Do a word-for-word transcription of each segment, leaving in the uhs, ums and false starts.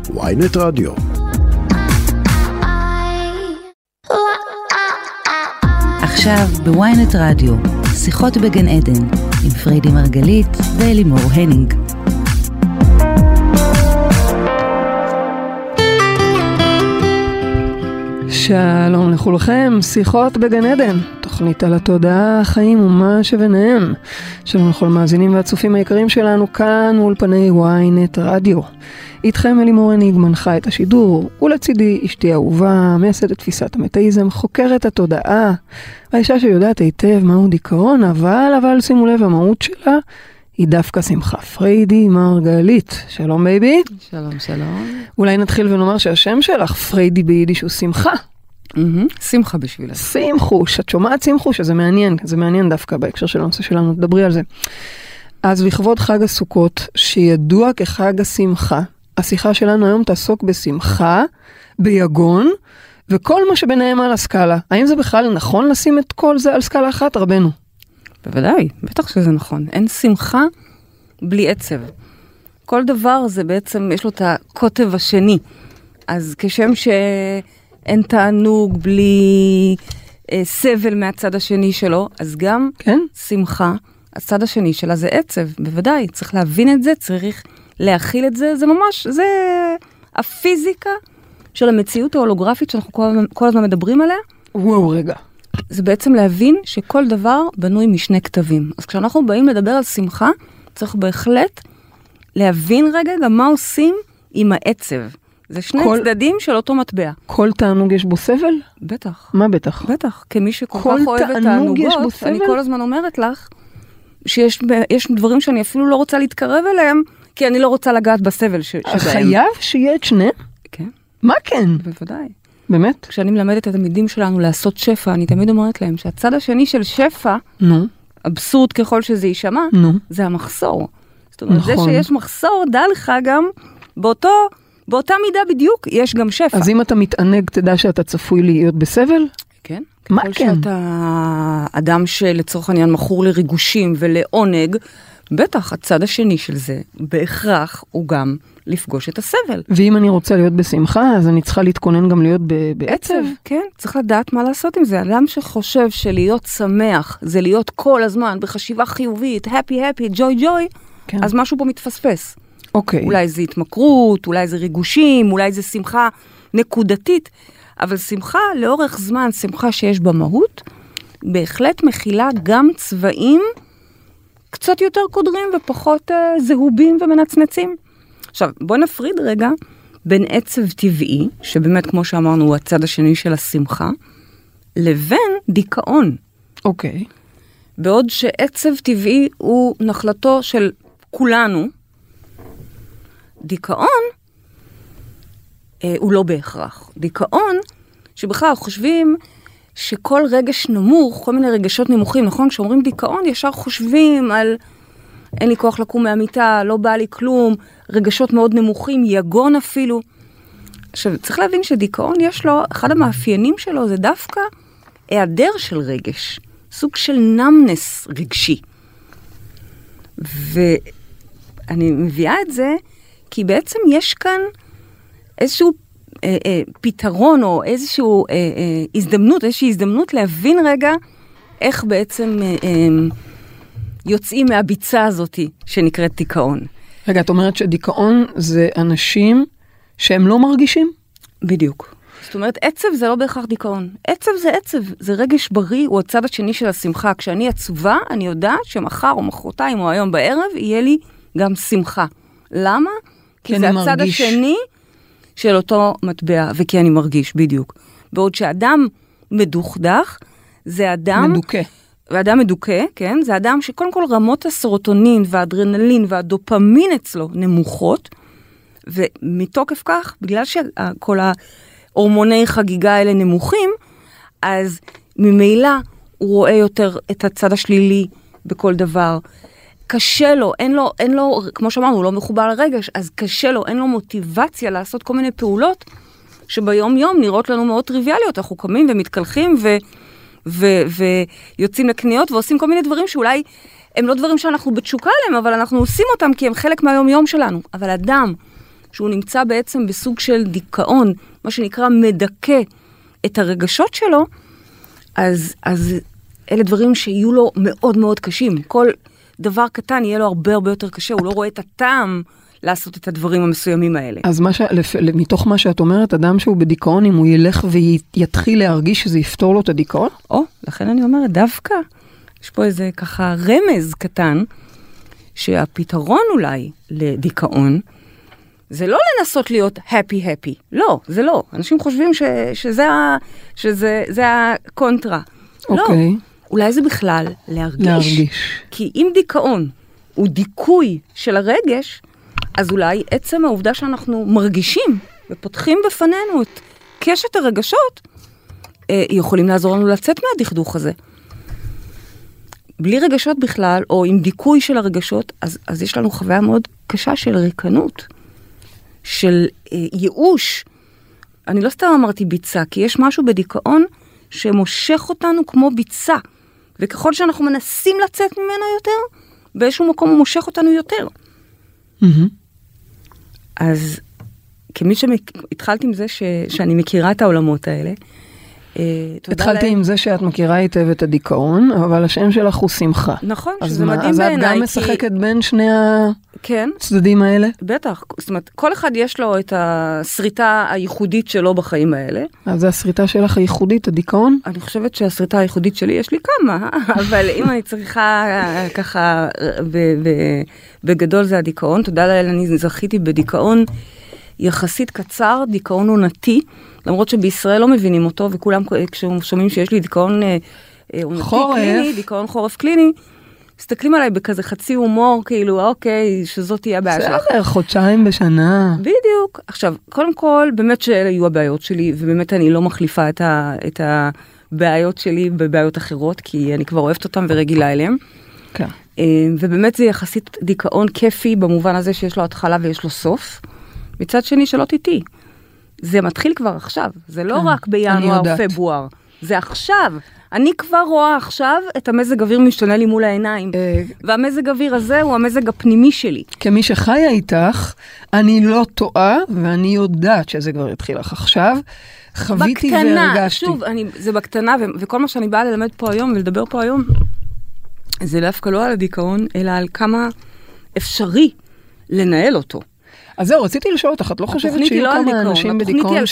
וויינט רדיו. עכשיו בוויינט רדיו, שיחות בגן עדן, עם פריידי מרגלית ואלימור הנינג. שלום לכולכם, שיחות בגן עדן, תוכנית על התודעה, החיים ומה שביניהם. שלום לכל המאזינים והצופים היקרים שלנו כאן אולפני וויינט רדיו. איתכם אלימור הנינג מנחה את השידור, ולצידי אשתי אהובה, מייסדת תפיסת המטאיזם, חוקרת התודעה, האישה שיודעת היטב מהו דיכאון, אבל, אבל שימו לב, המהות שלה היא דווקא שמחה. פריידי מרגלית, שלום בייבי. שלום, שלום. אולי נתחיל ונאמר שהשם שלך, פריידי ביידיש, הוא שמחה. שמחה בשבילה. שמחוש, את שומעת שמחוש, זה מעניין, זה מעניין דווקא בהקשר של הנושא שלנו, תדברי על זה. אז לכבוד חג הסוכות, שידוע כחג השמחה, השיחה שלנו היום תעסוק בשמחה, ביגון, וכל מה שביניהם על הסקאלה. האם זה בכלל נכון לשים את כל זה על סקאלה אחת, רבנו? בוודאי, בטח שזה נכון. אין שמחה בלי עצב. כל דבר זה בעצם, יש לו את הכותב השני. אז כשם שאין תענוג בלי אה, סבל מהצד השני שלו, אז גם כן? שמחה, הצד השני שלה זה עצב. בוודאי, צריך להבין את זה, צריך להכיל את זה. זה ממש, זה הפיזיקה של המציאות ההולוגרפית שאנחנו כל, כל הזמן מדברים עליה. וואו, רגע. זה בעצם להבין שכל דבר בנוי משני כתבים. אז כשאנחנו באים לדבר על שמחה, צריך בהחלט להבין רגע גם מה עושים עם העצב. זה שני כל... צדדים של אותו מטבע. כל תענוג יש בו סבל? בטח. מה בטח? בטח. כמי שכל כך אוהבת תענוגות, אני כל הזמן אומרת לך, שיש יש דברים שאני אפילו לא רוצה להתקרב אליהם, כי אני לא רוצה לגעת בסבל ש... שבהם. חייב שיהיה את שניהם? כן. מה כן? בוודאי. באמת? כשאני מלמדת את התלמידים שלנו לעשות שפע, אני תמיד אומרת להם שהצד השני של שפע, נו. אבסורד ככל שזה יישמע, נו. זה המחסור. זאת אומרת, נכון. זה שיש מחסור, דע לך גם, באותו, באותה מידה בדיוק, יש גם שפע. אז אם אתה מתענג, תדע שאתה צפוי להיות בסבל? כן. מה ככל כן? שאתה אדם שלצורך העניין מכור לריגושים ולעונג, בטח הצד השני של זה, בהכרח הוא גם לפגוש את הסבל. ואם אני רוצה להיות בשמחה, אז אני צריכה להתכונן גם להיות בעצב? כן, צריך לדעת מה לעשות עם זה. אדם שחושב שלהיות שמח, זה להיות כל הזמן בחשיבה חיובית, happy happy, joy joy, כן. אז משהו פה מתפספס. אוקיי. אולי זה התמכרות, אולי זה ריגושים, אולי זה שמחה נקודתית, אבל שמחה לאורך זמן, שמחה שיש בה מהות, בהחלט מכילה גם צבעים קצת יותר קודרים ופחות uh, זהובים ומנצנצים. עכשיו, בוא נפריד רגע בין עצב טבעי, שבאמת כמו שאמרנו הוא הצד השני של השמחה, לבין דיכאון. אוקיי. בעוד שעצב טבעי הוא נחלתו של כולנו, דיכאון אה, הוא לא בהכרח. דיכאון שבכלל חושבים שכל רגש נמוך, כל מיני רגשות נמוכים, נכון? כשאומרים דיכאון, ישר חושבים על אין לי כוח לקום מהמיטה, לא בא לי כלום, רגשות מאוד נמוכים, יגון אפילו. עכשיו, צריך להבין שדיכאון יש לו, אחד המאפיינים שלו זה דווקא היעדר של רגש, סוג של נמנס רגשי. ואני מביאה את זה, כי בעצם יש כאן איזשהו אה, אה, פתרון, או איזשהו אה, אה, הזדמנות, איזושהי הזדמנות להבין רגע, איך בעצם אה, אה, יוצאים מהביצה הזאת שנקראת דיכאון. רגע, את אומרת שדיכאון זה אנשים שהם לא מרגישים? בדיוק. זאת אומרת, עצב זה לא בהכרח דיכאון. עצב זה עצב, זה רגש בריא, הוא הצד השני של השמחה. כשאני עצובה, אני יודעת שמחר או מחרתיים או היום בערב, יהיה לי גם שמחה. למה? כי זה הצד מרגיש. השני של אותו מטבע, וכי אני מרגיש, בדיוק. בעוד שאדם מדוכדך, זה אדם... מדוכא. ואדם מדוכא, כן? זה אדם שקודם כל רמות הסרוטונין והאדרנלין והדופמין אצלו נמוכות, ומתוקף כך, בגלל שכל ההורמוני חגיגה האלה נמוכים, אז ממילא הוא רואה יותר את הצד השלילי בכל דבר. קשה לו, אין לו, אין לו, כמו שאמרנו, הוא לא מחובר לרגש, אז קשה לו, אין לו מוטיבציה לעשות כל מיני פעולות, שביום יום נראות לנו מאוד טריוויאליות. אנחנו קמים ומתקלחים ו... ו- ויוצאים לקניות ועושים כל מיני דברים שאולי הם לא דברים שאנחנו בתשוקה עליהם, אבל אנחנו עושים אותם כי הם חלק מהיום יום שלנו. אבל אדם שהוא נמצא בעצם בסוג של דיכאון, מה שנקרא מדכא את הרגשות שלו, אז, אז אלה דברים שיהיו לו מאוד מאוד קשים. כל דבר קטן יהיה לו הרבה הרבה יותר קשה, הוא לא רואה את הטעם לעשות את הדברים המסוימים האלה. אז מה ש... מתוך מה שאת אומרת, אדם שהוא בדיכאון, אם הוא ילך ויתחיל להרגיש שזה יפתור לו את הדיכאון? או, לכן אני אומרת, דווקא, יש פה איזה ככה רמז קטן, שהפתרון אולי לדיכאון, זה לא לנסות להיות happy happy. לא, זה לא. אנשים חושבים ש... שזה, ה... שזה... זה הקונטרה. אוקיי. לא. אולי זה בכלל להרגיש. להרגיש. כי אם דיכאון הוא דיכוי של הרגש, אז אולי עצם העובדה שאנחנו מרגישים ופותחים בפנינו את קשת הרגשות, אה, יכולים לעזור לנו לצאת מהדכדוך הזה. בלי רגשות בכלל, או עם דיכוי של הרגשות, אז, אז יש לנו חוויה מאוד קשה של ריקנות, של אה, ייאוש. אני לא סתם אמרתי ביצה, כי יש משהו בדיכאון שמושך אותנו כמו ביצה, וככל שאנחנו מנסים לצאת ממנו יותר, באיזשהו מקום הוא מושך אותנו יותר. Mm-hmm. אז כמי שהתחלתי עם זה ש, שאני מכירה את העולמות האלה, התחלתי עם זה שאת מכירה היטב את הדיכאון, אבל השם שלך הוא שמחה. נכון, שזה מדהים בעיניי. אז את גם משחקת בין שני הצדדים האלה? בטח, זאת אומרת, כל אחד יש לו את הסריטה הייחודית שלו בחיים האלה. אז זה הסריטה שלך הייחודית, הדיכאון? אני חושבת שהסריטה הייחודית שלי, יש לי כמה, אבל אם אני צריכה ככה, בגדול זה הדיכאון, תודה לאל, אני זכיתי בדיכאון יחסית קצר, דיכאון עונתי, למרות שבישראל לא מבינים אותו, וכולם כששומעים שיש לי דיכאון עונתי קליני, דיכאון חורף קליני, מסתכלים עליי בכזה חצי הומור, כאילו, אוקיי, שזאת תהיה הבעיה שלך. בסדר, חודשיים בשנה. בדיוק. עכשיו, קודם כל, באמת שאלה יהיו הבעיות שלי, ובאמת אני לא מחליפה את, ה, את הבעיות שלי בבעיות אחרות, כי אני כבר אוהבת אותם ורגילה אליהם. כן. ובאמת זה יחסית דיכאון כיפי, במובן הזה שיש לו התחלה ויש לו סוף. מצד שני, שלא תיתי. זה מתחיל כבר עכשיו. זה לא רק בינואר, פברואר. זה עכשיו. אני כבר רואה עכשיו את המזג אוויר משתנה לי מול העיניים. והמזג אוויר הזה הוא המזג הפנימי שלי. כמי שחיה איתך, אני לא טועה, ואני יודעת שזה כבר התחיל לך עכשיו. חוויתי והרגשתי. שוב, אני, זה בקטנה, ו- וכל מה שאני באה ללמד פה היום ולדבר פה היום, זה דווקא לא על הדיכאון, אלא על כמה אפשרי לנהל אותו. אז זהו, רציתי לשאול אותך, את לא חושבת שיהיו כמה אנשים בדיכאון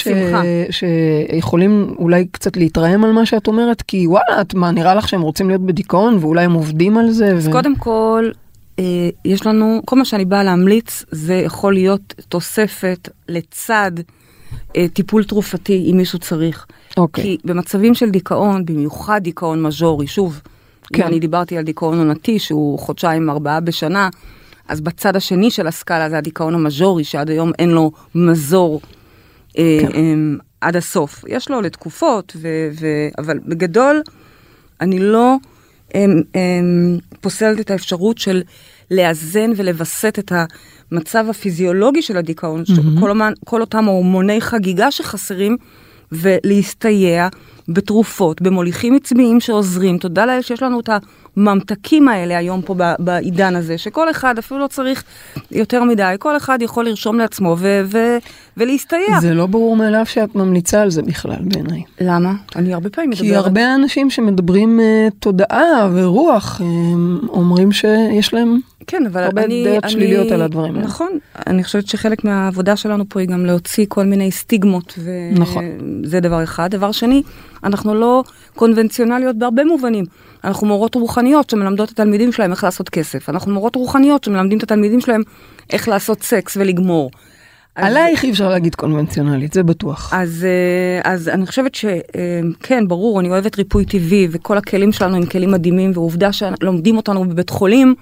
שיכולים אולי קצת להתרעם על מה שאת אומרת? כי וואלה, מה, נראה לך שהם רוצים להיות בדיכאון, ואולי הם עובדים על זה? אז קודם כל, יש לנו, כל מה שאני באה להמליץ, זה יכול להיות תוספת לצד טיפול תרופתי, אם מישהו צריך. כי במצבים של דיכאון, במיוחד דיכאון מז'ורי, שוב, אם אני דיברתי על דיכאון עונתי, שהוא חודשיים ארבעה בשנה, אז בצד השני של הסקאלה זה הדיכאון המז'ורי, שעד היום אין לו מזור כן. אה, אה, עד הסוף. יש לו לתקופות, ו- ו- אבל בגדול אני לא אה, אה, פוסלת את האפשרות של לאזן ולבסט את המצב הפיזיולוגי של הדיכאון, mm-hmm. כל, כל אותם הורמוני חגיגה שחסרים, ולהסתייע בתרופות, במוליכים עצמיים שעוזרים. תודה לאל שיש לנו את הממתקים האלה היום פה בעידן הזה, שכל אחד אפילו לא צריך יותר מדי, כל אחד יכול לרשום לעצמו ו- ו- ולהסתייע. זה לא ברור מאליו שאת ממליצה על זה בכלל בעיניי. למה? אני הרבה פעמים מדברת. כי הרבה אנשים שמדברים uh, תודעה ורוח, um, אומרים שיש להם כן, אבל הרבה אני, דעות אני, שליליות על הדברים האלה. נכון, אני חושבת שחלק מהעבודה שלנו פה היא גם להוציא כל מיני סטיגמות, וזה נכון. דבר אחד. דבר שני, אנחנו לא קונבנציונליות בהרבה מובנים. אנחנו מורות רוחניות שמלמדות את התלמידים שלהם איך לעשות כסף. אנחנו מורות רוחניות שמלמדים את התלמידים שלהם איך לעשות סקס ולגמור. עלייך אי אפשר להגיד קונבנציונלית, זה בטוח. אז, אז אני חושבת שכן, ברור, אני אוהבת ריפוי טבעי, וכל הכלים שלנו הם כלים מדהימים, ועובדה שלומדים אותנו בבית חולים,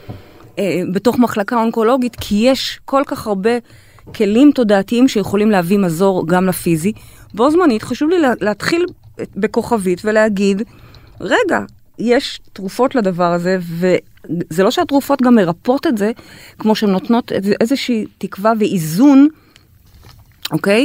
בתוך מחלקה אונקולוגית, כי יש כל כך הרבה כלים תודעתיים שיכולים להביא מזור גם לפיזי. בו זמנית חשוב לי להתחיל בכוכבית ולהגיד, רגע, יש תרופות לדבר הזה, וזה לא שהתרופות גם מרפות את זה, כמו שהן נותנות איזושהי תקווה ואיזון, אוקיי?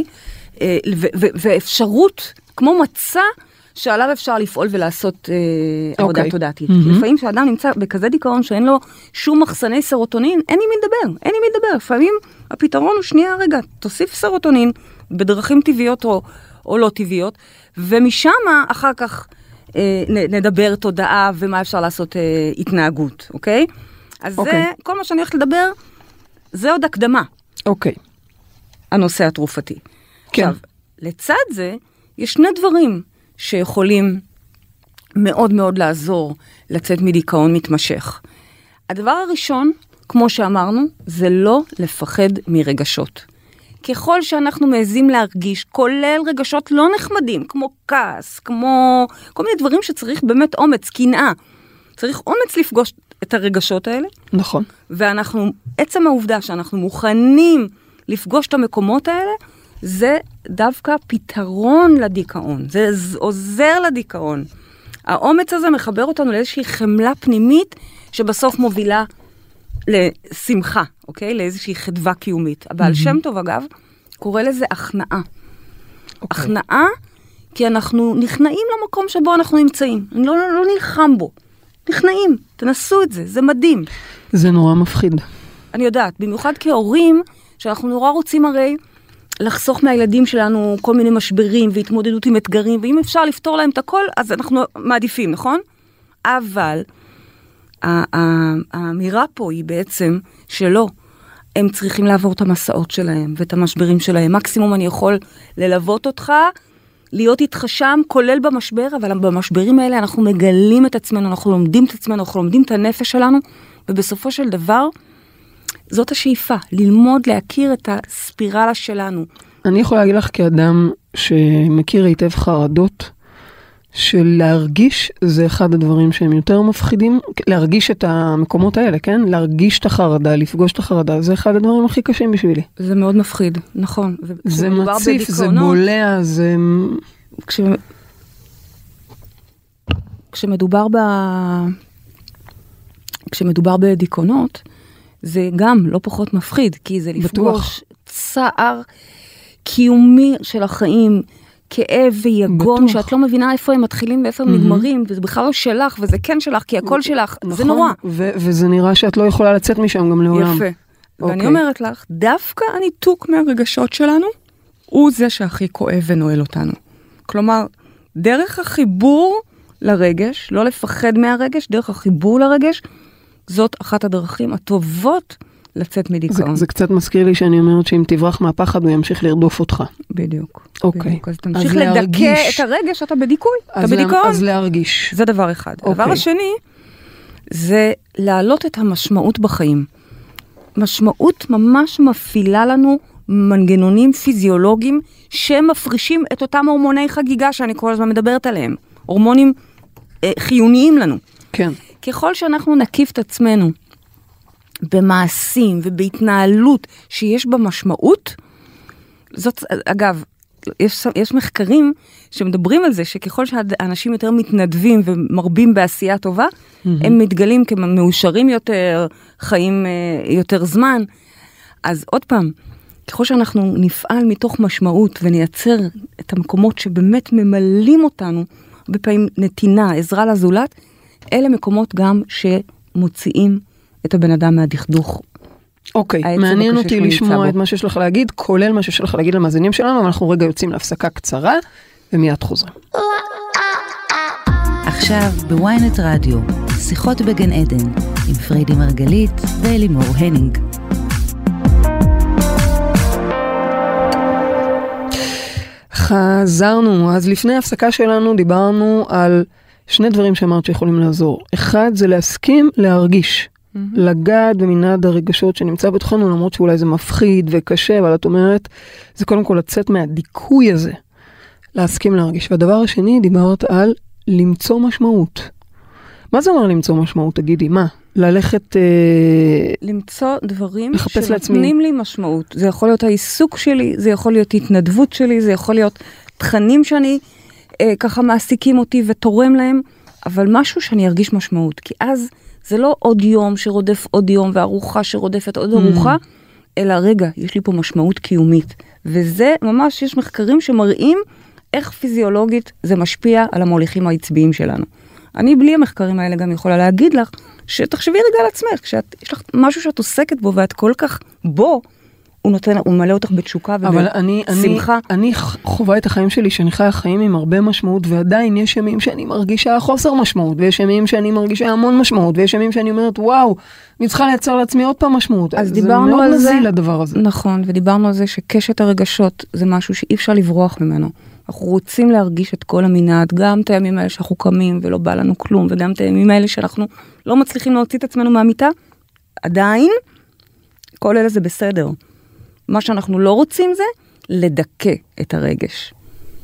ואפשרות, כמו מצע, שעליו אפשר לפעול ולעשות אה, עבודה okay. תודעתית. Mm-hmm. לפעמים שאדם נמצא בכזה דיכאון שאין לו שום מחסני סרוטונין, אין לי מי לדבר, אין לי מי לדבר. לפעמים הפתרון הוא שנייה רגע, תוסיף סרוטונין בדרכים טבעיות או, או לא טבעיות, ומשם אחר כך אה, נדבר תודעה ומה אפשר לעשות אה, התנהגות, אוקיי? אז אוקיי. זה, כל מה שאני הולכת לדבר, זה עוד הקדמה. אוקיי. הנושא התרופתי. כן. עכשיו, לצד זה, יש שני דברים שיכולים מאוד מאוד לעזור לצאת מדיכאון מתמשך. הדבר הראשון, כמו שאמרנו, זה לא לפחד מרגשות. ככל שאנחנו מעזים להרגיש, כולל רגשות לא נחמדים, כמו כעס, כמו כל מיני דברים שצריך באמת אומץ, קנאה. צריך אומץ לפגוש את הרגשות האלה. נכון. ואנחנו, עצם העובדה שאנחנו מוכנים לפגוש את המקומות האלה, זה דווקא פתרון לדיכאון. זה עוזר לדיכאון. האומץ הזה מחבר אותנו לאיזושהי חמלה פנימית, שבסוף מובילה לשמחה, אוקיי? לאיזושהי חדווה קיומית. הבעל mm-hmm. שם טוב, אגב, קורא לזה הכנעה. Okay. הכנעה, כי אנחנו נכנעים למקום שבו אנחנו נמצאים. אני לא, לא, לא נלחם בו. נכנעים, תנסו את זה, זה מדהים. זה נורא מפחיד. אני יודעת, במיוחד כהורים, שאנחנו נורא רוצים הרי לחסוך מהילדים שלנו כל מיני משברים והתמודדות עם אתגרים, ואם אפשר לפתור להם את הכל, אז אנחנו מעדיפים, נכון? אבל האמירה פה היא בעצם שלא, הם צריכים לעבור את המסעות שלהם ואת המשברים שלהם. מקסימום אני יכול ללוות אותך, להיות איתך שם, כולל במשבר, אבל במשברים האלה אנחנו מגלים את עצמנו, אנחנו לומדים את עצמנו, אנחנו לומדים את הנפש שלנו, ובסופו של דבר, זאת השאיפה, ללמוד, להכיר את הספירלה שלנו. אני יכולה להגיד לך כאדם שמכיר היטב חרדות, שלהרגיש זה אחד הדברים שהם יותר מפחידים, להרגיש את המקומות האלה, כן? להרגיש את החרדה, לפגוש את החרדה, זה אחד הדברים הכי קשים בשבילי. זה מאוד מפחיד, נכון. זה מציף, זה בולע, זה... כש... כשמדובר ב... כשמדובר בדיכאונות, זה גם לא פחות מפחיד, כי זה לפגוש צער קיומי של החיים, כאב ויגון, שאת לא מבינה איפה הם מתחילים ואיפה הם נגמרים, וזה בכלל לא שלך, וזה כן שלך, כי הכל שלך, זה נורא. וזה נראה שאת לא יכולה לצאת משם גם לעולם. יפה. ואני אומרת לך, דווקא הניתוק מהרגשות שלנו, הוא זה שהכי כואב ונועל אותנו. כלומר, דרך החיבור לרגש, לא לפחד מהרגש, דרך החיבור לרגש, זאת אחת הדרכים הטובות לצאת מדיכאון. זה, זה קצת מזכיר לי שאני אומרת שאם תברח מהפחד, הוא ימשיך לרדוף אותך. בדיוק. אוקיי. בדיוק. אז תמשיך אז לדכא להרגיש. את הרגש, אתה בדיכוי, אתה בדיכאון. אז להרגיש. זה דבר אחד. אוקיי. הדבר השני, זה להעלות את המשמעות בחיים. משמעות ממש מפעילה לנו מנגנונים פיזיולוגיים, שמפרישים את אותם הורמוני חגיגה שאני כל הזמן מדברת עליהם. הורמונים אה, חיוניים לנו. כן. ככל שאנחנו נקיף את עצמנו במעשים ובהתנהלות שיש בה משמעות, זאת, אגב, יש, יש מחקרים שמדברים על זה, שככל שהאנשים יותר מתנדבים ומרבים בעשייה טובה, mm-hmm. הם מתגלים כמאושרים יותר, חיים יותר זמן. אז עוד פעם, ככל שאנחנו נפעל מתוך משמעות ונייצר את המקומות שבאמת ממלאים אותנו, בפעמים נתינה, עזרה לזולת, אלה מקומות גם שמוציאים את הבן אדם מהדכדוך. אוקיי, מעניין אותי לשמוע את מה שיש לך להגיד, כולל מה שיש לך להגיד למאזינים שלנו, אבל אנחנו רגע יוצאים להפסקה קצרה, ומיד חוזרים. עכשיו בוויינט רדיו, שיחות בגן עדן, עם פריידי מרגלית ואלימור הנינג. חזרנו, אז לפני ההפסקה שלנו דיברנו על שני דברים שאמרת שיכולים לעזור. אחד זה להסכים להרגיש, mm-hmm. לגעת במנעד הרגשות שנמצא בתוכנו, למרות שאולי זה מפחיד וקשה, אבל את אומרת, זה קודם כל לצאת מהדיכוי הזה, להסכים להרגיש. והדבר השני, דיברת על למצוא משמעות. מה זה אומר למצוא משמעות? תגידי, מה? ללכת... אה, למצוא דברים שנותנים לי משמעות. זה יכול להיות העיסוק שלי, זה יכול להיות התנדבות שלי, זה יכול להיות תכנים שאני אה, ככה מעסיקים אותי ותורם להם, אבל משהו שאני ארגיש משמעות. כי אז זה לא עוד יום שרודף עוד יום, וארוחה שרודפת עוד ארוחה, mm. אלא רגע, יש לי פה משמעות קיומית. וזה ממש, יש מחקרים שמראים איך פיזיולוגית זה משפיע על המוליכים העצביים שלנו. אני בלי המחקרים האלה גם יכולה להגיד לך, שתחשבי רגע על עצמך, כשיש לך משהו שאת עוסקת בו, ואת כל כך בו, הוא נותן, הוא מלא אותך בתשוקה ובשמחה. אני, אני חווה את החיים שלי, שאני חיה חיים עם הרבה משמעות, ועדיין יש ימים שאני מרגישה חוסר משמעות, ויש ימים שאני מרגישה המון משמעות, ויש ימים שאני אומרת, וואו, אני צריכה לייצר לעצמי עוד פעם משמעות. אז דיברנו על זה. זה מאוד נזיל הדבר הזה. נכון, ודיברנו על זה שקשת הרגשות זה משהו שאי אפשר לברוח ממנו. אנחנו רוצים להרגיש את כל המנעד, גם את הימים האלה שאנחנו קמים ולא בא לנו כלום, וגם את הימים האלה שאנחנו לא מצליחים להוציא את עצמנו מהמיטה. עדיין, כל אלה זה בסדר. מה שאנחנו לא רוצים זה לדכא את הרגש.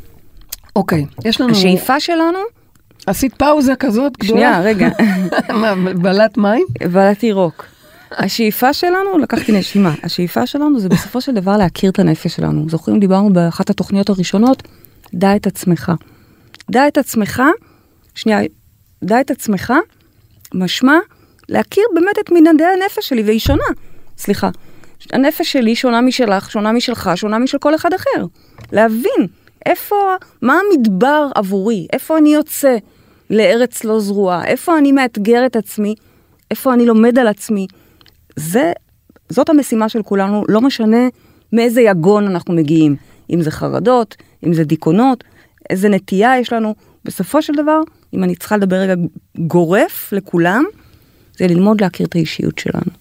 אוקיי, יש לנו... השאיפה שלנו... עשית פאוזה כזאת גדולה? שנייה, רגע. מה, בלט מים? בלט ירוק. השאיפה שלנו, לקחתי נשימה, השאיפה שלנו זה בסופו של דבר להכיר את הנפש שלנו. זוכרים, דיברנו באחת התוכניות הראשונות, דע את עצמך. דע את עצמך, שנייה, דע את עצמך, משמע, להכיר באמת את מנעדי הנפש שלי, והיא שונה. סליחה. הנפש שלי שונה משלך, שונה משלך, שונה משל כל אחד אחר. להבין איפה, מה המדבר עבורי, איפה אני יוצא לארץ לא זרועה, איפה אני מאתגר את עצמי, איפה אני לומד על עצמי. זה, זאת המשימה של כולנו, לא משנה מאיזה יגון אנחנו מגיעים, אם זה חרדות, אם זה דיכאונות, איזה נטייה יש לנו. בסופו של דבר, אם אני צריכה לדבר רגע גורף לכולם, זה ללמוד להכיר את האישיות שלנו.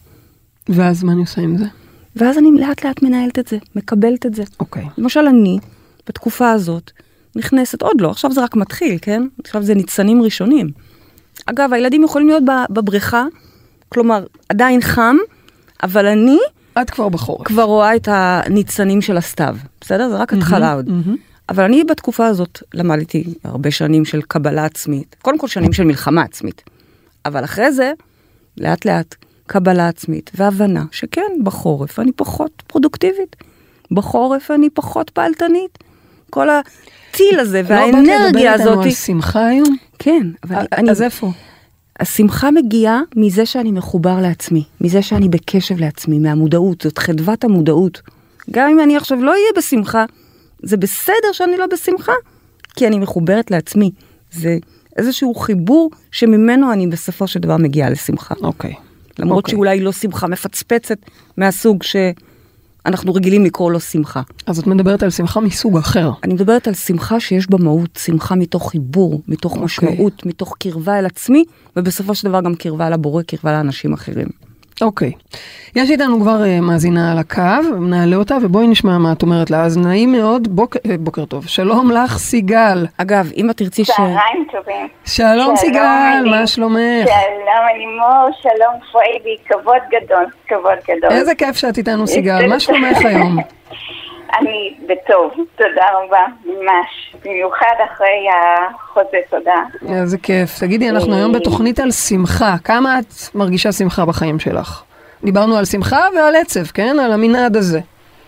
ואז מה אני עושה עם זה? ואז אני לאט לאט מנהלת את זה, מקבלת את זה. אוקיי. למשל אני, בתקופה הזאת, נכנסת, עוד לא, עכשיו זה רק מתחיל, כן? עכשיו זה ניצנים ראשונים. אגב, הילדים יכולים להיות בבריכה, כלומר, עדיין חם, אבל אני... את כבר בחורף. כבר רואה את הניצנים של הסתיו, בסדר? זה רק התחלה עוד. אבל אני בתקופה הזאת למדתי הרבה שנים של קבלה עצמית, קודם כל שנים של מלחמה עצמית. אבל אחרי זה, לאט לאט, קבלה עצמית והבנה שכן, בחורף אני פחות פרודוקטיבית, בחורף אני פחות פעלתנית. כל הטיל הזה והאנרגיה הזאת... לא באת לדבר איתנו על שמחה היום? כן. אבל אני, אז איפה? השמחה מגיעה מזה שאני מחובר לעצמי, מזה שאני בקשב לעצמי, מהמודעות, זאת חדוות המודעות. גם אם אני עכשיו לא אהיה בשמחה, זה בסדר שאני לא בשמחה, כי אני מחוברת לעצמי. זה איזשהו חיבור שממנו אני בסופו של דבר מגיעה לשמחה. אוקיי. למרות okay. שאולי לא שמחה מפצפצת מהסוג שאנחנו רגילים לקרוא לו שמחה. אז את מדברת על שמחה מסוג אחר. אני מדברת על שמחה שיש בה מהות, שמחה מתוך חיבור, מתוך okay. משמעות, מתוך קרבה אל עצמי, ובסופו של דבר גם קרבה אל הבורא, קרבה לאנשים אחרים. אוקיי. Okay. יש איתנו כבר uh, מאזינה על הקו, נעלה אותה, ובואי נשמע מה את אומרת לה. אז נעים מאוד, בוקר, בוקר טוב. שלום לך, סיגל. אגב, אם את תרצי ש... צהריים טובים. שלום, שלום סיגל, מה שלומך? שלום אלימור, שלום פריידי, כבוד גדול, כבוד גדול. איזה כיף שאת איתנו, סיגל. מה שלומך היום? אני בטוב, תודה רבה, ממש. במיוחד אחרי החוזה, תודה. איזה כיף. תגידי, אנחנו היום בתוכנית על שמחה. כמה את מרגישה שמחה בחיים שלך? דיברנו על שמחה ועל עצב, כן? על המנעד הזה.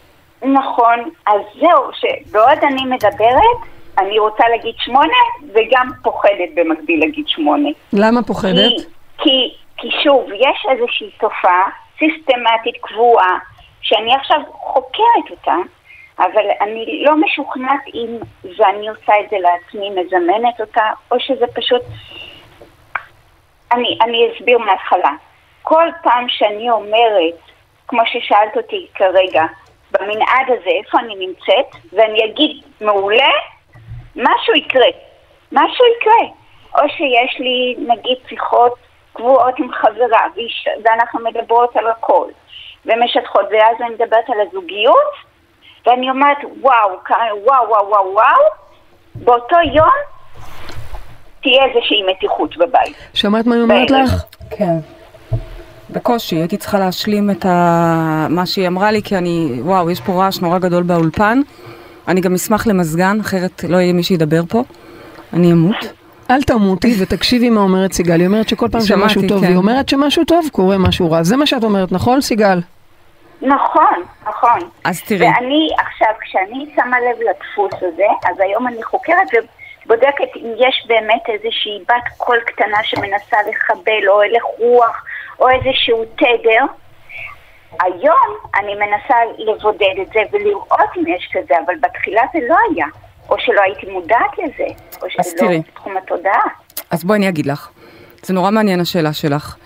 נכון, אז זהו, שבעוד אני מדברת, אני רוצה להגיד שמונה, וגם פוחדת במקביל להגיד שמונה. למה פוחדת? כי, כי, כי שוב, יש איזושהי תופעה סיסטמטית קבועה, שאני עכשיו חוקרת אותה, אבל אני לא משוכנעת אם ואני עושה את זה לעצמי, מזמנת אותה, או שזה פשוט... אני, אני אסביר מההתחלה. כל פעם שאני אומרת, כמו ששאלת אותי כרגע, במנעד הזה, איפה אני נמצאת, ואני אגיד מעולה, משהו יקרה. משהו יקרה. או שיש לי, נגיד, שיחות קבועות עם חברה, ואנחנו מדברות על הכל, ומשתחות, ואז אני מדברת על הזוגיות, ואני אומרת, וואו, וואו, וואו, וואו, וואו, באותו יום תהיה איזושהי מתיחות בבית. שמעת מה היא אומרת לך? כן. בקושי, הייתי צריכה להשלים את ה... מה שהיא אמרה לי, כי אני, וואו, יש פה רעש נורא גדול באולפן. אני גם אשמח למזגן, אחרת לא יהיה מי שידבר פה. אני אמות. אל תמותי ותקשיבי מה אומרת סיגל. היא אומרת שכל פעם שמשהו טוב, היא אומרת שמשהו טוב קורה משהו רע. זה מה שאת אומרת, נכון סיגל? נכון, נכון. אז תראי. ואני עכשיו, כשאני שמה לב לדפוס הזה, אז היום אני חוקרת ובודקת אם יש באמת איזושהי בת קול קטנה שמנסה לחבל או הלך רוח או איזשהו תדר. היום אני מנסה לבודד את זה ולראות אם יש כזה, אבל בתחילה זה לא היה. או שלא הייתי מודעת לזה, או שזה לא בתחום התודעה. אז בואי אני אגיד לך. זה נורא מעניין השאלה שלך.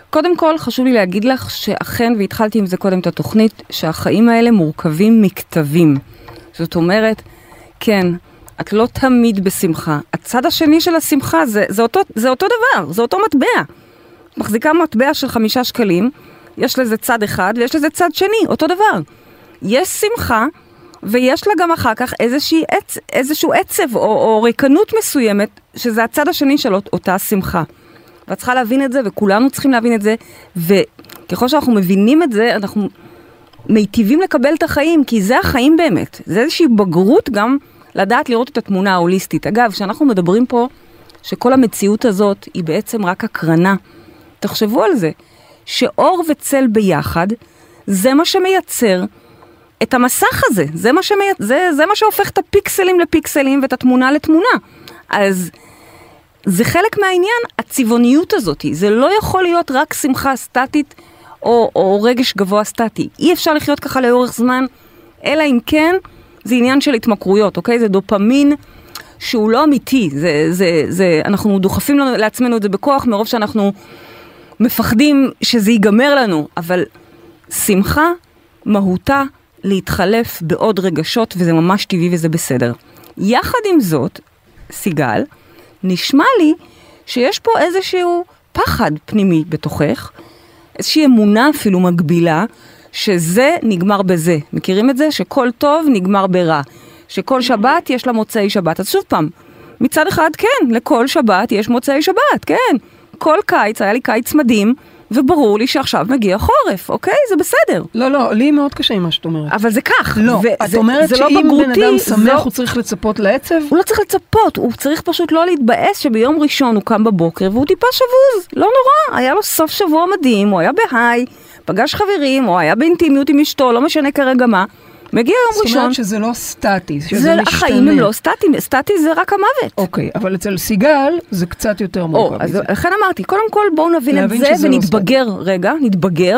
קודם כל חשוב לי להגיד לך שאכן, והתחלתי עם זה קודם את התוכנית, שהחיים האלה מורכבים מכתבים. זאת אומרת, כן, את לא תמיד בשמחה. הצד השני של השמחה זה, זה, אותו, זה אותו דבר, זה אותו מטבע. מחזיקה מטבע של חמישה שקלים, יש לזה צד אחד ויש לזה צד שני, אותו דבר. יש שמחה, ויש לה גם אחר כך איזושהי עצ... איזשהו עצב או, או ריקנות מסוימת, שזה הצד השני של אותה שמחה. ואת צריכה להבין את זה, וכולנו צריכים להבין את זה, וככל שאנחנו מבינים את זה, אנחנו מיטיבים לקבל את החיים, כי זה החיים באמת. זה איזושהי בגרות גם לדעת לראות את התמונה ההוליסטית. אגב, כשאנחנו מדברים פה, שכל המציאות הזאת היא בעצם רק הקרנה. תחשבו על זה, שאור וצל ביחד, זה מה שמייצר את המסך הזה. זה מה, שמי... זה, זה מה שהופך את הפיקסלים לפיקסלים ואת התמונה לתמונה. אז זה חלק מהעניין, הצבעוניות הזאת. זה לא יכול להיות רק שמחה סטטית או, או רגש גבוה סטטי. אי אפשר לחיות ככה לאורך זמן, אלא אם כן זה עניין של התמכרויות, אוקיי? זה דופמין שהוא לא אמיתי. זה, זה, זה, אנחנו דוחפים לעצמנו את זה בכוח, מרוב שאנחנו מפחדים שזה ייגמר לנו. אבל שמחה, מהותה, להתחלף בעוד רגשות, וזה ממש טבעי וזה בסדר. יחד עם זאת, סיגל, נשמע לי שיש פה איזשהו פחד פנימי בתוכך, איזושהי אמונה אפילו מגבילה, שזה נגמר בזה. מכירים את זה? שכל טוב נגמר ברע. שכל שבת יש לה מוצאי שבת. אז שוב פעם, מצד אחד כן, לכל שבת יש מוצאי שבת, כן. כל קיץ, היה לי קיץ מדהים, וברור לי שעכשיו מגיע חורף, אוקיי? זה בסדר. לא, לא, לי מאוד קשה עם מה שאת אומרת. אבל זה כך. לא, את אומרת שאם בן אדם שמח הוא צריך לצפות לעצב? הוא לא צריך לצפות, הוא צריך פשוט לא להתבאס שביום ראשון הוא קם בבוקר והוא טיפה שבוז. לא נורא, היה לו סוף שבוע מדהים, הוא היה בהיי, פגש חברים, הוא היה באינטימיות עם אשתו, לא משנה כרגע מה. מגיע יום ראשון. זאת אומרת שזה לא סטטי, שזה משתנה. החיים הם לא סטטי, סטטי זה רק המוות. אוקיי, אבל אצל סיגל זה קצת יותר מורכב. אז לכן אמרתי, קודם כל בואו נבין את זה ונתבגר רגע, נתבגר,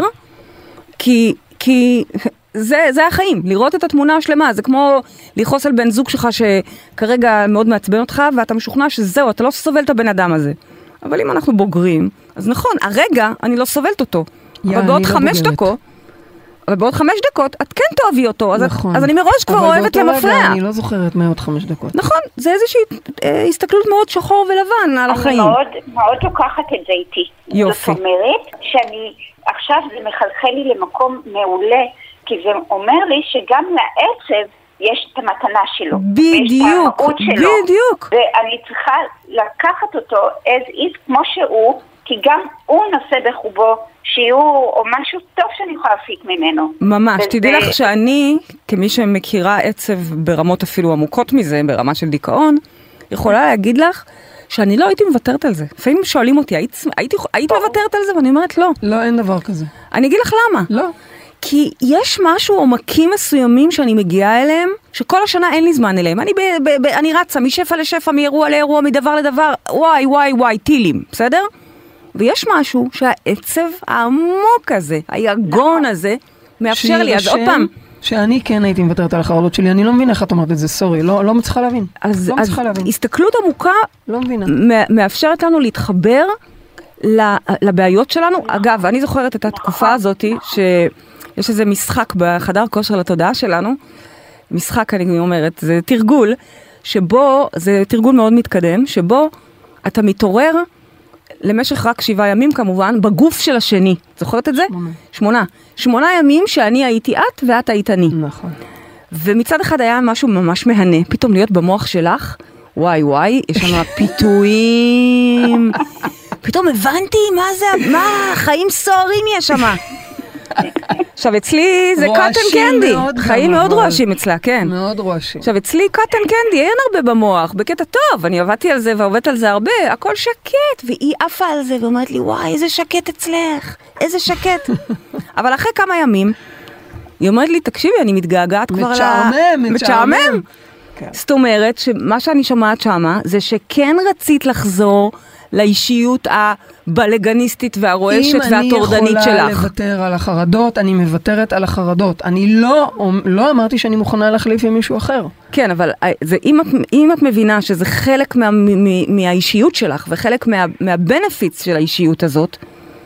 כי, כי זה, זה החיים, לראות את התמונה השלמה, זה כמו לכעוס על בן זוג שלך שכרגע מאוד מעצבן אותך, ואתה משוכנע שזהו, אתה לא סובל את הבן אדם הזה. אבל אם אנחנו בוגרים, אז נכון, הרגע אני לא סובלת אותו. אבל בעוד חמש דקות, אבל בעוד חמש דקות, את כן תאהבי אותו, אז, נכון. את, אז אני מראש כבר אוהבת למפרע. אבל אני לא זוכרת מעוד חמש דקות. נכון, זה איזושהי אה, הסתכלות מאוד שחור ולבן על החיים. אני מאוד, מאוד לוקחת את זה איתי. יופי. זאת אומרת, שאני, עכשיו זה מחלחל לי למקום מעולה, כי זה אומר לי שגם לעצב יש את המתנה שלו. בדיוק, בדיוק. ואני צריכה לקחת אותו as is כמו שהוא, כי גם הוא נושא בחובו שיעור או משהו טוב שאני יכולה להפיק ממנו. ממש, וזה... תדעי לך שאני, כמי שמכירה עצב ברמות אפילו עמוקות מזה, ברמה של דיכאון, יכולה להגיד לך שאני לא הייתי מוותרת על זה. לפעמים שואלים אותי, היית, היית, היית מוותרת על זה? ואני אומרת לא. לא, אין דבר כזה. אני אגיד לך למה. לא. כי יש משהו, עומקים מסוימים שאני מגיעה אליהם, שכל השנה אין לי זמן אליהם. אני, ב, ב, ב, אני רצה משפע לשפע, מאירוע לאירוע, מדבר לדבר, וואי, וואי, וואי, טילים, בסדר? ויש משהו שהעצב העמוק הזה, היגון הזה, מאפשר לי, אז עוד פעם. שאני כן הייתי מוותרת על החרדות שלי, אני לא מבינה איך את אומרת את זה, סורי, לא, לא מצליחה להבין. אז, לא אז מצליחה להבין. הסתכלות עמוקה, לא מבינה. מאפשרת לנו להתחבר לבעיות שלנו. אגב, אני זוכרת את התקופה הזאת, שיש איזה משחק בחדר כושר לתודעה שלנו, משחק, אני אומרת, זה תרגול, שבו, זה תרגול מאוד מתקדם, שבו אתה מתעורר, למשך רק שבעה ימים כמובן, בגוף של השני. זוכרת את זה? שמונה. שמונה. שמונה ימים שאני הייתי את ואת היית אני. נכון. ומצד אחד היה משהו ממש מהנה, פתאום להיות במוח שלך, וואי וואי, יש לנו פיתויים. פתאום הבנתי מה זה, מה, חיים סוערים יש שם. עכשיו אצלי זה קוטן קנדי, חיים מאוד רועשים אצלה, כן. מאוד רועשים. עכשיו אצלי קוטן קנדי, אין הרבה במוח, בקטע טוב, אני עבדתי על זה ועובדת על זה הרבה, הכל שקט, והיא עפה על זה ואומרת לי, וואי, איזה שקט אצלך, איזה שקט. אבל אחרי כמה ימים, היא אומרת לי, תקשיבי, אני מתגעגעת כבר על ה... מצ'עמם, מצ'עמם. זאת אומרת, שמה שאני שומעת שמה, זה שכן רצית לחזור לאישיות הבלגניסטית והרועשת והטורדנית שלך. אם אני יכולה לוותר על החרדות, אני מוותרת על החרדות. אני לא, לא אמרתי שאני מוכנה להחליף עם מישהו אחר. כן, אבל זה, אם, את, אם את מבינה שזה חלק מה, מה, מהאישיות שלך, וחלק מה, מהבנפיץ של האישיות הזאת,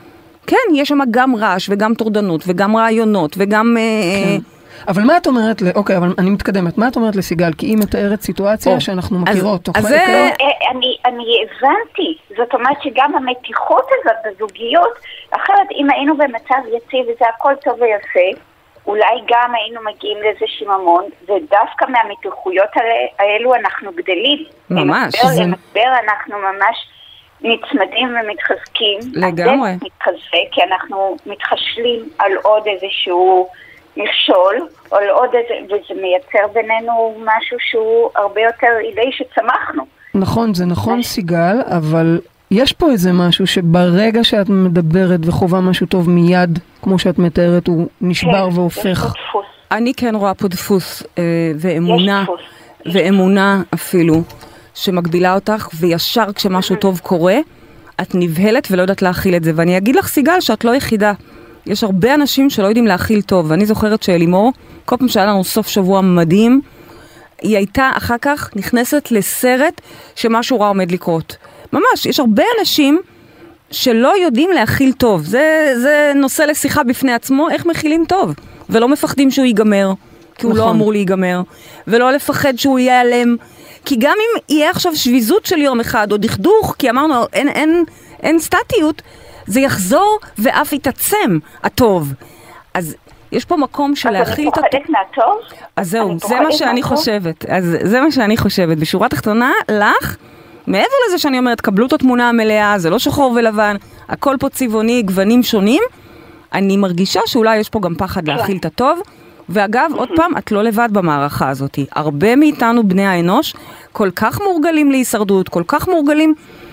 כן, יש שם גם רעש וגם תורדנות וגם רעיונות וגם... כן. אבל מה את אומרת, אוקיי, אבל אני מתקדמת, מה את אומרת לסיגל? כי היא מתארת סיטואציה שאנחנו מכירות. אז זה... אני הבנתי, זאת אומרת שגם המתיחות הזאת בזוגיות, אחרת אם היינו במצב יציב וזה הכל טוב ויפה, אולי גם היינו מגיעים לאיזה שיממון, ודווקא מהמתיחויות האלו אנחנו גדלים. ממש. למשבר אנחנו ממש נצמדים ומתחזקים. לגמרי. מתחזק, כי אנחנו מתחשלים על עוד איזשהו... מכשול, או עוד איזה, וזה מייצר בינינו משהו שהוא הרבה יותר אילי שצמחנו. נכון, זה נכון סיגל, אבל יש פה איזה משהו שברגע שאת מדברת וחובה משהו טוב מיד, כמו שאת מתארת, הוא נשבר כן, והופך. יש פה דפוס. אני כן רואה פה דפוס אה, ואמונה, ואמונה אפילו, שמגבילה אותך, וישר כשמשהו טוב קורה, את נבהלת ולא יודעת להכיל את זה. ואני אגיד לך סיגל שאת לא יחידה. יש הרבה אנשים שלא יודעים להכיל טוב, ואני זוכרת שאלימור, כל פעם שהיה לנו סוף שבוע מדהים, היא הייתה אחר כך נכנסת לסרט שמשהו רע עומד לקרות. ממש, יש הרבה אנשים שלא יודעים להכיל טוב. זה, זה נושא לשיחה בפני עצמו, איך מכילים טוב. ולא מפחדים שהוא ייגמר, כי הוא נכון. לא אמור להיגמר. ולא לפחד שהוא ייעלם. כי גם אם יהיה עכשיו שביזות של יום אחד, או דכדוך, כי אמרנו, אין, אין, אין סטטיות, זה יחזור ואף יתעצם הטוב. אז יש פה מקום של להכיל את הטוב. אז אני פוחדת מהטוב? אז זהו, זה מה שאני חושבת. אז זה מה שאני חושבת. בשורה תחתונה, לך, מעבר לזה שאני אומרת, קבלו את התמונה המלאה, זה לא שחור ולבן, הכל פה צבעוני, גוונים שונים, אני מרגישה שאולי יש פה גם פחד להכיל את הטוב, ואגב, עוד פעם, את לא לבד במערכה הזאת. הרבה מאיתנו, בני האנוש, כל כך מורגלים להישרדות, כל כך מורגלים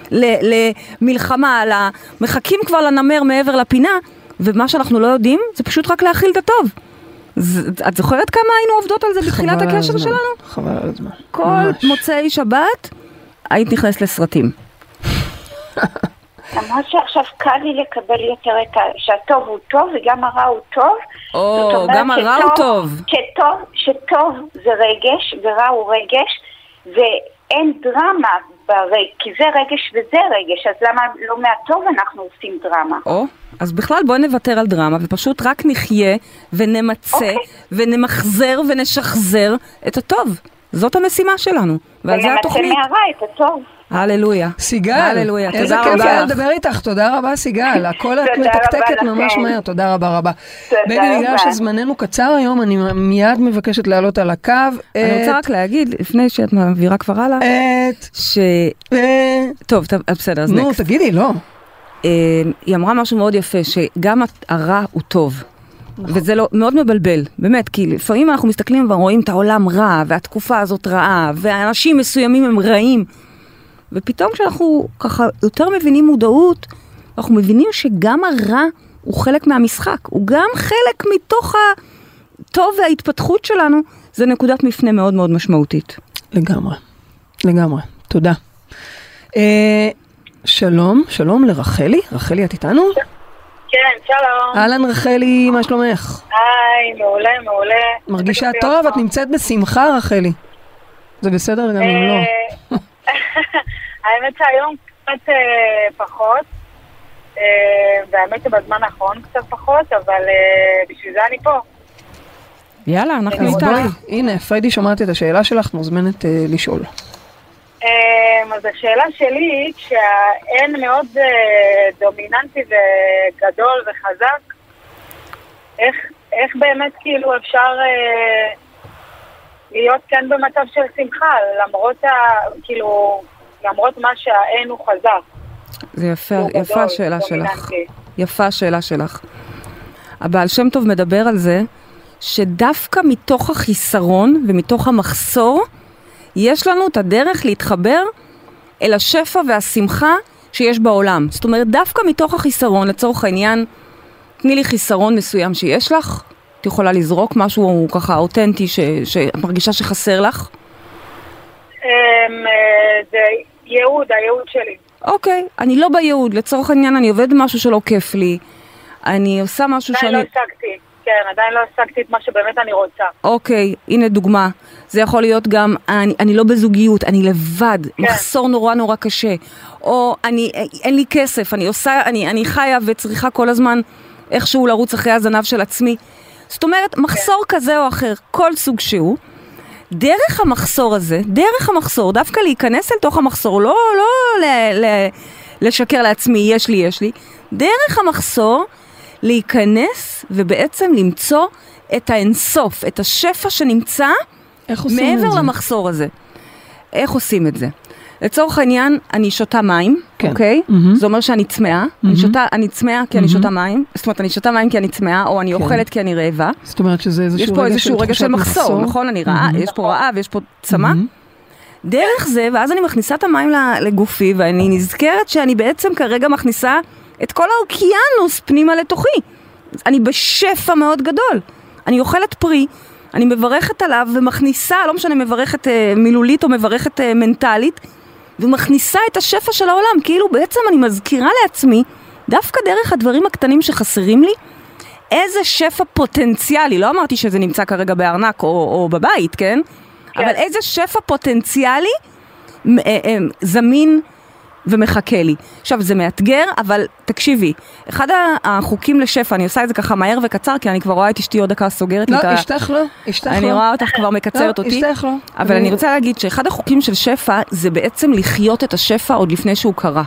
למלחמה, מחכים כבר לנמר מעבר לפינה, ומה שאנחנו לא יודעים, זה פשוט רק להכיל את הטוב. את זוכרת כמה היינו עובדות על זה בתחילת הקשר שלנו? חבל על הזמן. כל מוצאי שבת, היית נכנסת לסרטים. למרות שעכשיו קל לי לקבל יותר את שהטוב הוא טוב וגם הרע הוא טוב. או, גם הרע הוא טוב. שטוב זה רגש ורע הוא רגש, ואין דרמה ברגש, כי זה רגש וזה רגש, אז למה לא מהטוב אנחנו עושים דרמה? או, אז בכלל בואי נוותר על דרמה ופשוט רק נחיה ונמצא ונמחזר ונשחזר את הטוב. זאת המשימה שלנו. ונמצא מהרע את הטוב. הללויה. סיגל, איזה כיף היה לדבר איתך, תודה רבה סיגל, הכל את מתקתקת ממש מהר, תודה רבה רבה. בני, בגלל שזמננו קצר היום, אני מיד מבקשת לעלות על הקו. אני רוצה רק להגיד, לפני שאת מעבירה כבר הלאה, ש... טוב, בסדר, אז נקסט. נו, תגידי, לא. היא אמרה משהו מאוד יפה, שגם הרע הוא טוב. וזה לא, מאוד מבלבל, באמת, כי לפעמים אנחנו מסתכלים ורואים את העולם רע, והתקופה הזאת רעה, והאנשים מסוימים הם רעים, ופתאום כשאנחנו ככה יותר מבינים מודעות, אנחנו מבינים שגם הרע הוא חלק מהמשחק, הוא גם חלק מתוך הטוב וההתפתחות שלנו, זה נקודת מפנה מאוד מאוד משמעותית. לגמרי, לגמרי, תודה. אה, שלום, שלום לרחלי, רחלי את איתנו? כן, שלום. אהלן רחלי, מה שלומך? היי, מעולה, מעולה. מרגישה טוב? את נמצאת בשמחה רחלי. זה בסדר גם אם לא. האמת שהיום קצת פחות, והאמת שבזמן האחרון קצת פחות, אבל בשביל זה אני פה. יאללה, אנחנו איתך. הנה, פריידי שמעת את השאלה שלך, מוזמנת לשאול. אז השאלה שלי, כשהאין מאוד דומיננטי וגדול וחזק, איך, איך באמת כאילו אפשר להיות כאן במצב של שמחה, למרות, ה, כאילו, למרות מה שהאין הוא חזק. זה יפה, יפה השאלה שלך. יפה השאלה שלך. הבעל שם טוב מדבר על זה, שדווקא מתוך החיסרון ומתוך המחסור, יש לנו את הדרך להתחבר אל השפע והשמחה שיש בעולם. זאת אומרת, דווקא מתוך החיסרון, לצורך העניין, תני לי חיסרון מסוים שיש לך, את יכולה לזרוק משהו ככה אותנטי שאת מרגישה שחסר לך? זה ייעוד, הייעוד שלי. אוקיי, אני לא בייעוד, לצורך העניין אני עובד משהו שלא כיף לי, אני עושה משהו שאני... עדיין לא השגתי, כן, עדיין לא השגתי את מה שבאמת אני רוצה. אוקיי, הנה דוגמה, זה יכול להיות גם, אני, אני לא בזוגיות, אני לבד, כן. מחסור נורא נורא קשה, או אני, אין לי כסף, אני עושה, אני, אני חיה וצריכה כל הזמן איכשהו לרוץ אחרי הזנב של עצמי. זאת אומרת, מחסור כזה או אחר, כל סוג שהוא, דרך המחסור הזה, דרך המחסור, דווקא להיכנס אל תוך המחסור, לא, לא ל, ל, לשקר לעצמי, יש לי, יש לי, דרך המחסור, להיכנס ובעצם למצוא את האינסוף, את השפע שנמצא מעבר למחסור הזה. איך עושים את זה? לצורך העניין, אני שותה מים, כן. אוקיי? Mm-hmm. זה אומר שאני צמאה. Mm-hmm. אני שותה, אני צמאה כי mm-hmm. אני שותה מים. זאת אומרת, אני שותה מים כי אני צמאה, או אני כן. אוכלת כי אני רעבה. זאת אומרת שזה איזשהו רגע של יש פה איזשהו רגע של מחסור, מחסור. נכון? אני רעה, mm-hmm. יש פה רעה ויש פה צמא. Mm-hmm. דרך זה, ואז אני מכניסה את המים לגופי, ואני נזכרת שאני בעצם כרגע מכניסה את כל האוקיינוס פנימה לתוכי. אני בשפע מאוד גדול. אני אוכלת פרי, אני מברכת עליו ומכניסה, לא משנה מברכת אה, מילולית או מברכת אה, מנטלית, ומכניסה את השפע של העולם. כאילו בעצם אני מזכירה לעצמי, דווקא דרך הדברים הקטנים שחסרים לי, איזה שפע פוטנציאלי, לא אמרתי שזה נמצא כרגע בארנק או, או בבית, כן? כן? אבל איזה שפע פוטנציאלי אה, אה, זמין ומחכה לי. עכשיו, זה מאתגר, אבל תקשיבי, אחד החוקים לשפע, אני עושה את זה ככה מהר וקצר, כי אני כבר רואה את אשתי עוד דקה סוגרת לי את ה... לא, אשתך לא, אשתך לא. אני רואה אותך כבר מקצרת אותי. לא, אשתך לא. אבל אני רוצה להגיד שאחד החוקים של שפע, זה בעצם לחיות את השפע עוד לפני שהוא קרה.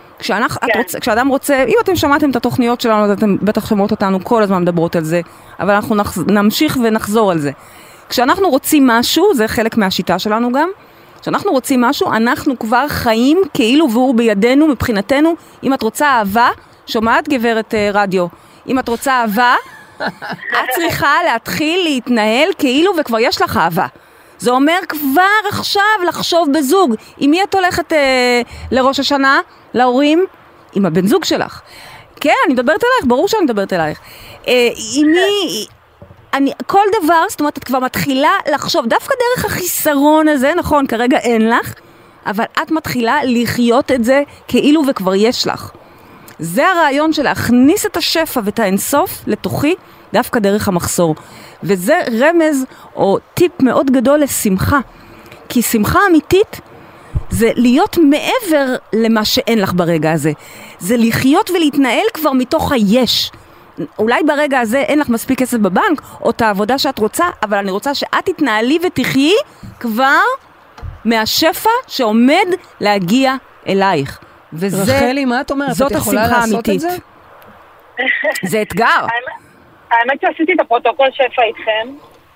כשאדם רוצה, אם אתם שמעתם את התוכניות שלנו, אז אתם בטח שמעות אותנו כל הזמן מדברות על זה, אבל אנחנו נמשיך ונחזור על זה. כשאנחנו רוצים משהו, זה חלק מהשיטה שלנו גם, כשאנחנו רוצים משהו, אנחנו כבר חיים כאילו והוא בידינו, מבחינתנו. אם את רוצה אהבה, שומעת גברת uh, רדיו, אם את רוצה אהבה, את צריכה להתחיל להתנהל כאילו וכבר יש לך אהבה. זה אומר כבר עכשיו לחשוב בזוג. עם מי את הולכת uh, לראש השנה, להורים? עם הבן זוג שלך. כן, אני מדברת אלייך, ברור שאני מדברת אלייך. Uh, עם מי... אני, כל דבר, זאת אומרת, את כבר מתחילה לחשוב, דווקא דרך החיסרון הזה, נכון, כרגע אין לך, אבל את מתחילה לחיות את זה כאילו וכבר יש לך. זה הרעיון של להכניס את השפע ואת האינסוף לתוכי, דווקא דרך המחסור. וזה רמז או טיפ מאוד גדול לשמחה. כי שמחה אמיתית זה להיות מעבר למה שאין לך ברגע הזה. זה לחיות ולהתנהל כבר מתוך היש. אולי ברגע הזה אין לך מספיק כסף בבנק, או את העבודה שאת רוצה, אבל אני רוצה שאת תתנהלי ותחיי כבר מהשפע שעומד להגיע אלייך. וזה, רחלי, מה את אומרת? זאת השמחה האמיתית. זה? זה אתגר. האמת שעשיתי את הפרוטוקול שפע איתכם,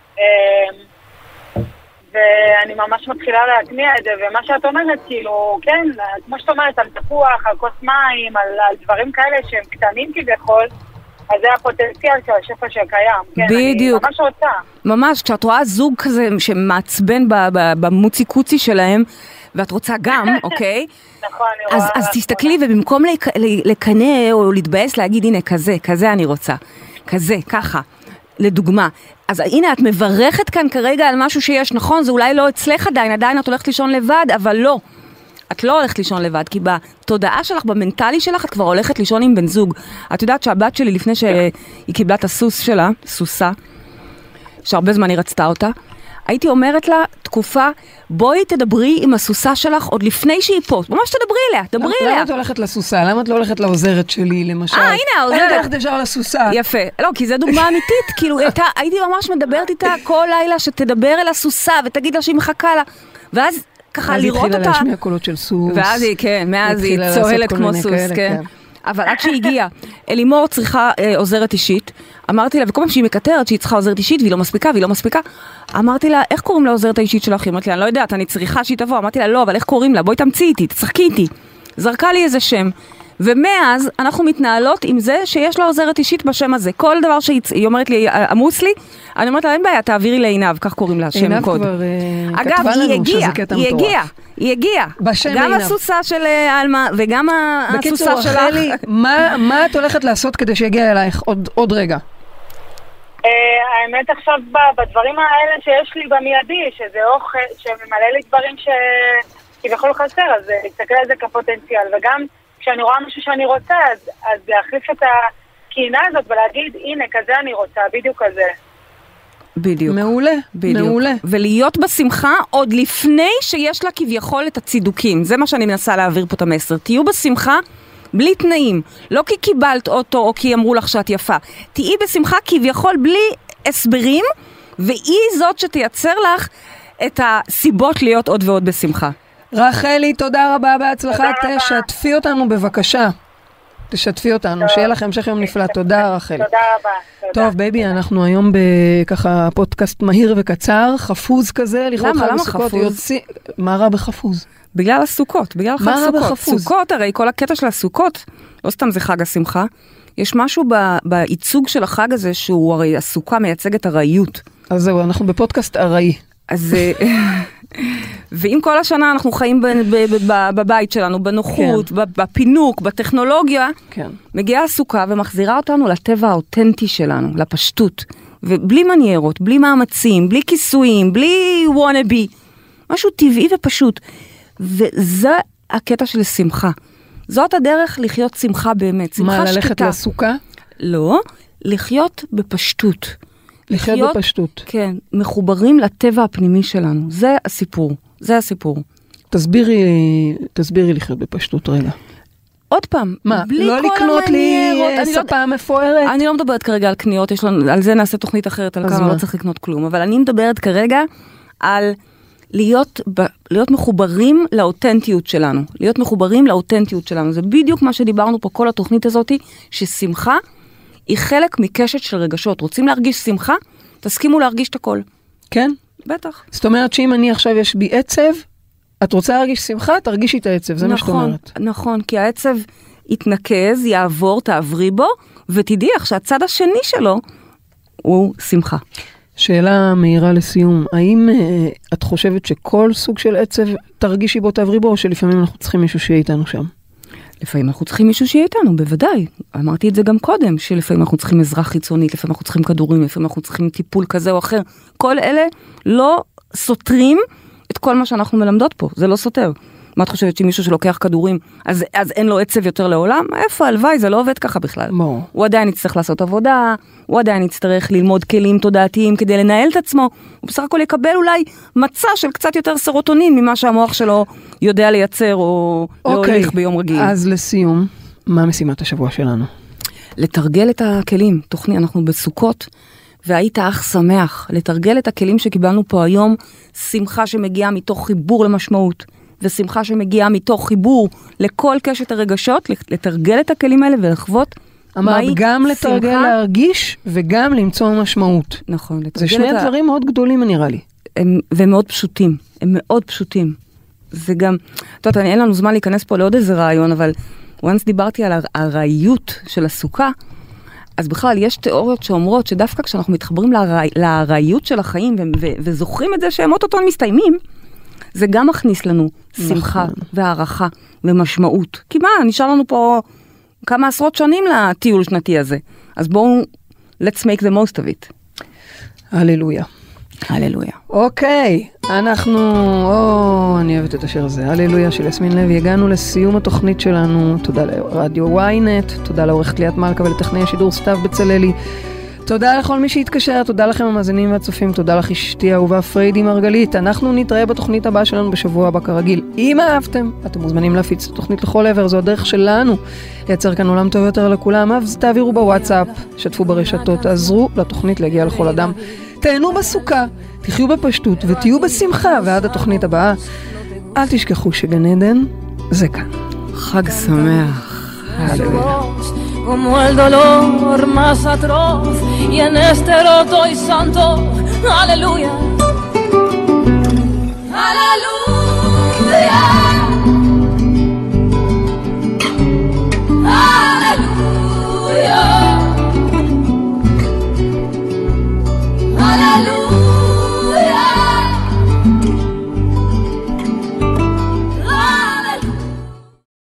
ואני ממש מתחילה להטמיע את זה, ומה שאת אומרת, כאילו, כן, כמו שאת אומרת, על תפוח, על כוס מים, על, על דברים כאלה שהם קטנים כביכול, אז זה הפוטנציאל של השפע שקיים. כן, בדיוק. אני ממש רוצה. ממש, כשאת רואה זוג כזה שמעצבן במוצי-קוצי שלהם, ואת רוצה גם, אוקיי? נכון, אני רואה. אז תסתכלי, ובמקום לקנא או להתבאס, להגיד, הנה, כזה, כזה אני רוצה. כזה, ככה. לדוגמה. אז הנה, את מברכת כאן כרגע על משהו שיש, נכון? זה אולי לא אצלך עדיין, עדיין את הולכת לישון לבד, אבל לא. את לא הולכת לישון לבד, כי בתודעה שלך, במנטלי שלך, את כבר הולכת לישון עם בן זוג. את יודעת שהבת שלי, לפני שהיא קיבלה את הסוס שלה, סוסה, שהרבה זמן היא רצתה אותה, הייתי אומרת לה, תקופה, בואי תדברי עם הסוסה שלך עוד לפני שהיא פה. ממש תדברי אליה, דברי אליה. למה את הולכת לסוסה? למה את לא הולכת לעוזרת שלי, למשל? אה, הנה, העוזרת. אני הולכת ישר לסוסה. יפה. לא, כי זו דוגמה אמיתית. כאילו, הייתי ממש מדברת איתה כל לילה, שתדבר אל הסוסה ותגיד לה שהיא מחכה לה. ואז ככה לראות אותה. אז היא התחילה להשמיע קולות של סוס. ואז היא, כן, מאז היא צוהלת כמו סוס, כן. אבל עד שהיא הגיעה, אלימור צריכה אה, עוזרת אישית, אמרתי לה, וכל פעם שהיא מקטרת שהיא צריכה עוזרת אישית, והיא לא מספיקה, והיא לא מספיקה, אמרתי לה, איך קוראים לעוזרת האישית שלך? היא אמרתי לה, אני לא יודעת, אני צריכה שהיא תבוא, אמרתי לה, לא, אבל איך קוראים לה? בואי תמציא איתי, תצחקי איתי. זרקה לי איזה שם, ומאז אנחנו מתנהלות עם זה שיש לה עוזרת אישית בשם הזה. כל דבר שהיא אומרת לי, עמוס לי, אני אומרת לה, אין בעיה, תעבירי לעינב, כך קוראים לה, שם קוד. אגב, היא הגיעה, היא הגיעה, היא הגיעה. גם הסוסה של אלמה וגם הסוסה שלך. בקיצור, רחלי, מה את הולכת לעשות כדי שיגיע אלייך עוד רגע? האמת עכשיו בדברים האלה שיש לי במיידי, שזה אוכל, שממלא לי דברים שכביכול חסר, אז להסתכל על זה כפוטנציאל, וגם כשאני רואה משהו שאני רוצה, אז, אז להחליף את הקינה הזאת ולהגיד, הנה, כזה אני רוצה, בדיוק כזה. בדיוק. מעולה, בדיוק. מעולה. ולהיות בשמחה עוד לפני שיש לה כביכול את הצידוקים. זה מה שאני מנסה להעביר פה את המסר. תהיו בשמחה בלי תנאים. לא כי קיבלת אוטו או כי אמרו לך שאת יפה. תהיי בשמחה כביכול בלי הסברים, והיא זאת שתייצר לך את הסיבות להיות עוד ועוד בשמחה. רחלי, תודה רבה, בהצלחה. תודה תשתפי אותנו בבקשה. תשתפי אותנו, שיהיה לכם המשך יום נפלא. תודה רחלי. תודה רבה. תודה. טוב בייבי, אנחנו היום בככה פודקאסט מהיר וקצר, חפוז כזה, לכבוד חג הסוכות. יוצא... מה רע בחפוז? בגלל הסוכות, בגלל חג מה רע סוכות. בחפוז? סוכות, הרי כל הקטע של הסוכות, לא סתם זה חג השמחה, יש משהו ב- בעיצוג של החג הזה, שהוא הרי הסוכה מייצגת הרעיות. אז זהו, אנחנו בפודקאסט ארעי. אז ואם כל השנה אנחנו חיים ב- ב- ב- בבית שלנו, בנוחות, כן. בפינוק, בטכנולוגיה, כן. מגיעה הסוכה ומחזירה אותנו לטבע האותנטי שלנו, לפשטות, ובלי מניירות, בלי מאמצים, בלי כיסויים, בלי וואנאבי, משהו טבעי ופשוט. וזה הקטע של שמחה. זאת הדרך לחיות שמחה באמת, שמחה מה, שקטה. ללכת לסוכה? לא, לחיות בפשטות. לחיות בפשטות. כן, מחוברים לטבע הפנימי שלנו. זה הסיפור, זה הסיפור. תסבירי, תסבירי לחיות בפשטות רגע. עוד פעם, מה, בלי לא כל לקנות לי המניירות, אני לא- ספה מפוארת? אני לא מדברת כרגע על קניות, יש לנו, על זה נעשה תוכנית אחרת, על אז כמה מה? לא צריך לקנות כלום, אבל אני מדברת כרגע על להיות, ב, להיות מחוברים לאותנטיות שלנו, להיות מחוברים לאותנטיות שלנו, זה בדיוק מה שדיברנו פה כל התוכנית הזאת, ששמחה היא חלק מקשת של רגשות. רוצים להרגיש שמחה? תסכימו להרגיש את הכל. כן? בטח. זאת אומרת שאם אני עכשיו יש בי עצב, את רוצה להרגיש שמחה, תרגישי את העצב, זה מה שאת אומרת. נכון, כי העצב יתנקז, יעבור, תעברי בו, ותדעי שהצד השני שלו הוא שמחה. שאלה מהירה לסיום, האם אה, את חושבת שכל סוג של עצב תרגישי בו, תעברי בו, או שלפעמים אנחנו צריכים מישהו שיהיה איתנו שם? לפעמים אנחנו צריכים מישהו שיהיה איתנו, בוודאי. אמרתי את זה גם קודם, שלפעמים אנחנו צריכים עזרה חיצונית, לפעמים אנחנו צריכים כדורים, לפעמים אנחנו צריכים טיפול כזה או אחר. כל אלה לא סותרים את כל מה שאנחנו מלמדות פה, זה לא סותר. מה את חושבת שמישהו שלוקח כדורים, אז, אז אין לו עצב יותר לעולם? איפה, הלוואי, זה לא עובד ככה בכלל. בוא. הוא עדיין יצטרך לעשות עבודה, הוא עדיין יצטרך ללמוד כלים תודעתיים כדי לנהל את עצמו, הוא בסך הכל יקבל אולי מצע של קצת יותר סרוטונין ממה שהמוח שלו יודע לייצר או אוקיי. להוליך ביום רגיל. אז לסיום, מה משימת השבוע שלנו? לתרגל את הכלים, תוכנית, אנחנו בסוכות, והיית אח שמח, לתרגל את הכלים שקיבלנו פה היום, שמחה שמגיעה מתוך חיבור למשמעות, ושמחה שמגיעה מתוך חיבור לכל קשת הרגשות, לתרגל את הכלים האלה ולחוות אמרת גם לתרגל שמחה. להרגיש וגם למצוא משמעות. נכון, לתרגל זה שני את ה... דברים מאוד גדולים נראה לי. הם, והם מאוד פשוטים, הם מאוד פשוטים. זה גם, את יודעת, אין לנו זמן להיכנס פה לעוד איזה רעיון, אבל once דיברתי על הרעיות של הסוכה, אז בכלל יש תיאוריות שאומרות שדווקא כשאנחנו מתחברים לרעי, לרעיות של החיים ו- ו- וזוכרים את זה שהם אוטוטון מסתיימים, זה גם מכניס לנו שמחה והערכה ומשמעות. כי מה, נשאר לנו פה כמה עשרות שנים לטיול שנתי הזה. אז בואו, let's make the most of it. הללויה. הללויה. אוקיי, אנחנו, או, אני אוהבת את השיר הזה, הללויה של יסמין לוי. הגענו לסיום התוכנית שלנו, תודה לרדיו וויינט, תודה לעורכת ליאת מלכה ולטכנאי השידור סתיו בצללי. תודה לכל מי שהתקשר, תודה לכם המאזינים והצופים, תודה לך אשתי האהובה פריידי מרגלית. אנחנו נתראה בתוכנית הבאה שלנו בשבוע הבא כרגיל. אם אהבתם, אתם מוזמנים להפיץ את התוכנית לכל עבר, זו הדרך שלנו לייצר כאן עולם טוב יותר לכולם. אז תעבירו בוואטסאפ, שתפו ברשתות, תעזרו לתוכנית להגיע לכל אדם. תהנו בסוכה, תחיו בפשטות ותהיו בשמחה, ועד התוכנית הבאה, אל תשכחו שגן עדן זה כאן. חג שמח. הללויה. Como el dolor más atroz y en este roto y santo, aleluya.